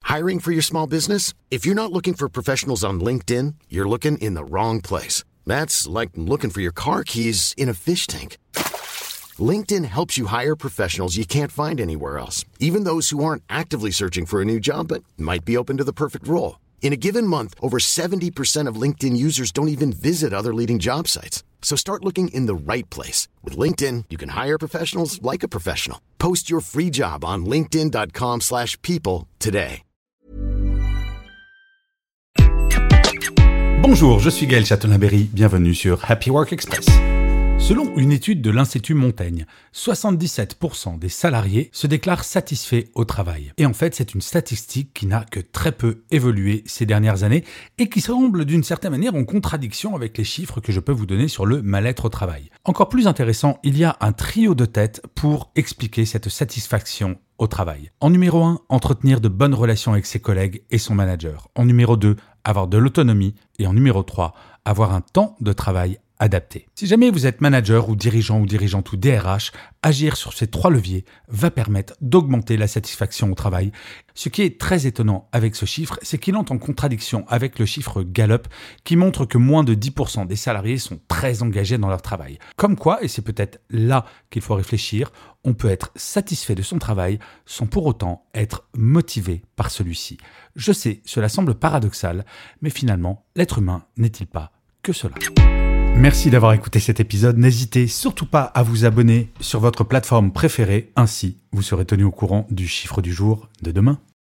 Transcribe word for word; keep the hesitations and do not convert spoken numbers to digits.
Hiring for your small business? If you're not looking for professionals on LinkedIn, you're looking in the wrong place. That's like looking for your car keys in a fish tank. LinkedIn helps you hire professionals you can't find anywhere else, even those who aren't actively searching for a new job but might be open to the perfect role. In a given month, over seventy percent of LinkedIn users don't even visit other leading job sites. So start looking in the right place. With LinkedIn, you can hire professionals like a professional. Post your free job on linkedin.com slash people today. Bonjour, je suis Gaël Châtelain-Berry, bienvenue sur Happy Work Express. Selon une étude de l'Institut Montaigne, soixante-dix-sept pour cent des salariés se déclarent satisfaits au travail. Et en fait, c'est une statistique qui n'a que très peu évolué ces dernières années et qui semble d'une certaine manière en contradiction avec les chiffres que je peux vous donner sur le mal-être au travail. Encore plus intéressant, il y a un trio de têtes pour expliquer cette satisfaction au travail. En numéro un, entretenir de bonnes relations avec ses collègues et son manager. En numéro deux, avoir de l'autonomie. Et en numéro trois, avoir un temps de travail adapté. Si jamais vous êtes manager ou dirigeant ou dirigeante ou D R H, agir sur ces trois leviers va permettre d'augmenter la satisfaction au travail. Ce qui est très étonnant avec ce chiffre, c'est qu'il entre en contradiction avec le chiffre Gallup qui montre que moins de dix pour cent des salariés sont très engagés dans leur travail. Comme quoi, et c'est peut-être là qu'il faut réfléchir, on peut être satisfait de son travail sans pour autant être motivé par celui-ci. Je sais, cela semble paradoxal, mais finalement, l'être humain n'est-il pas que cela ? Merci d'avoir écouté cet épisode. N'hésitez surtout pas à vous abonner sur votre plateforme préférée. Ainsi, vous serez tenu au courant du chiffre du jour de demain.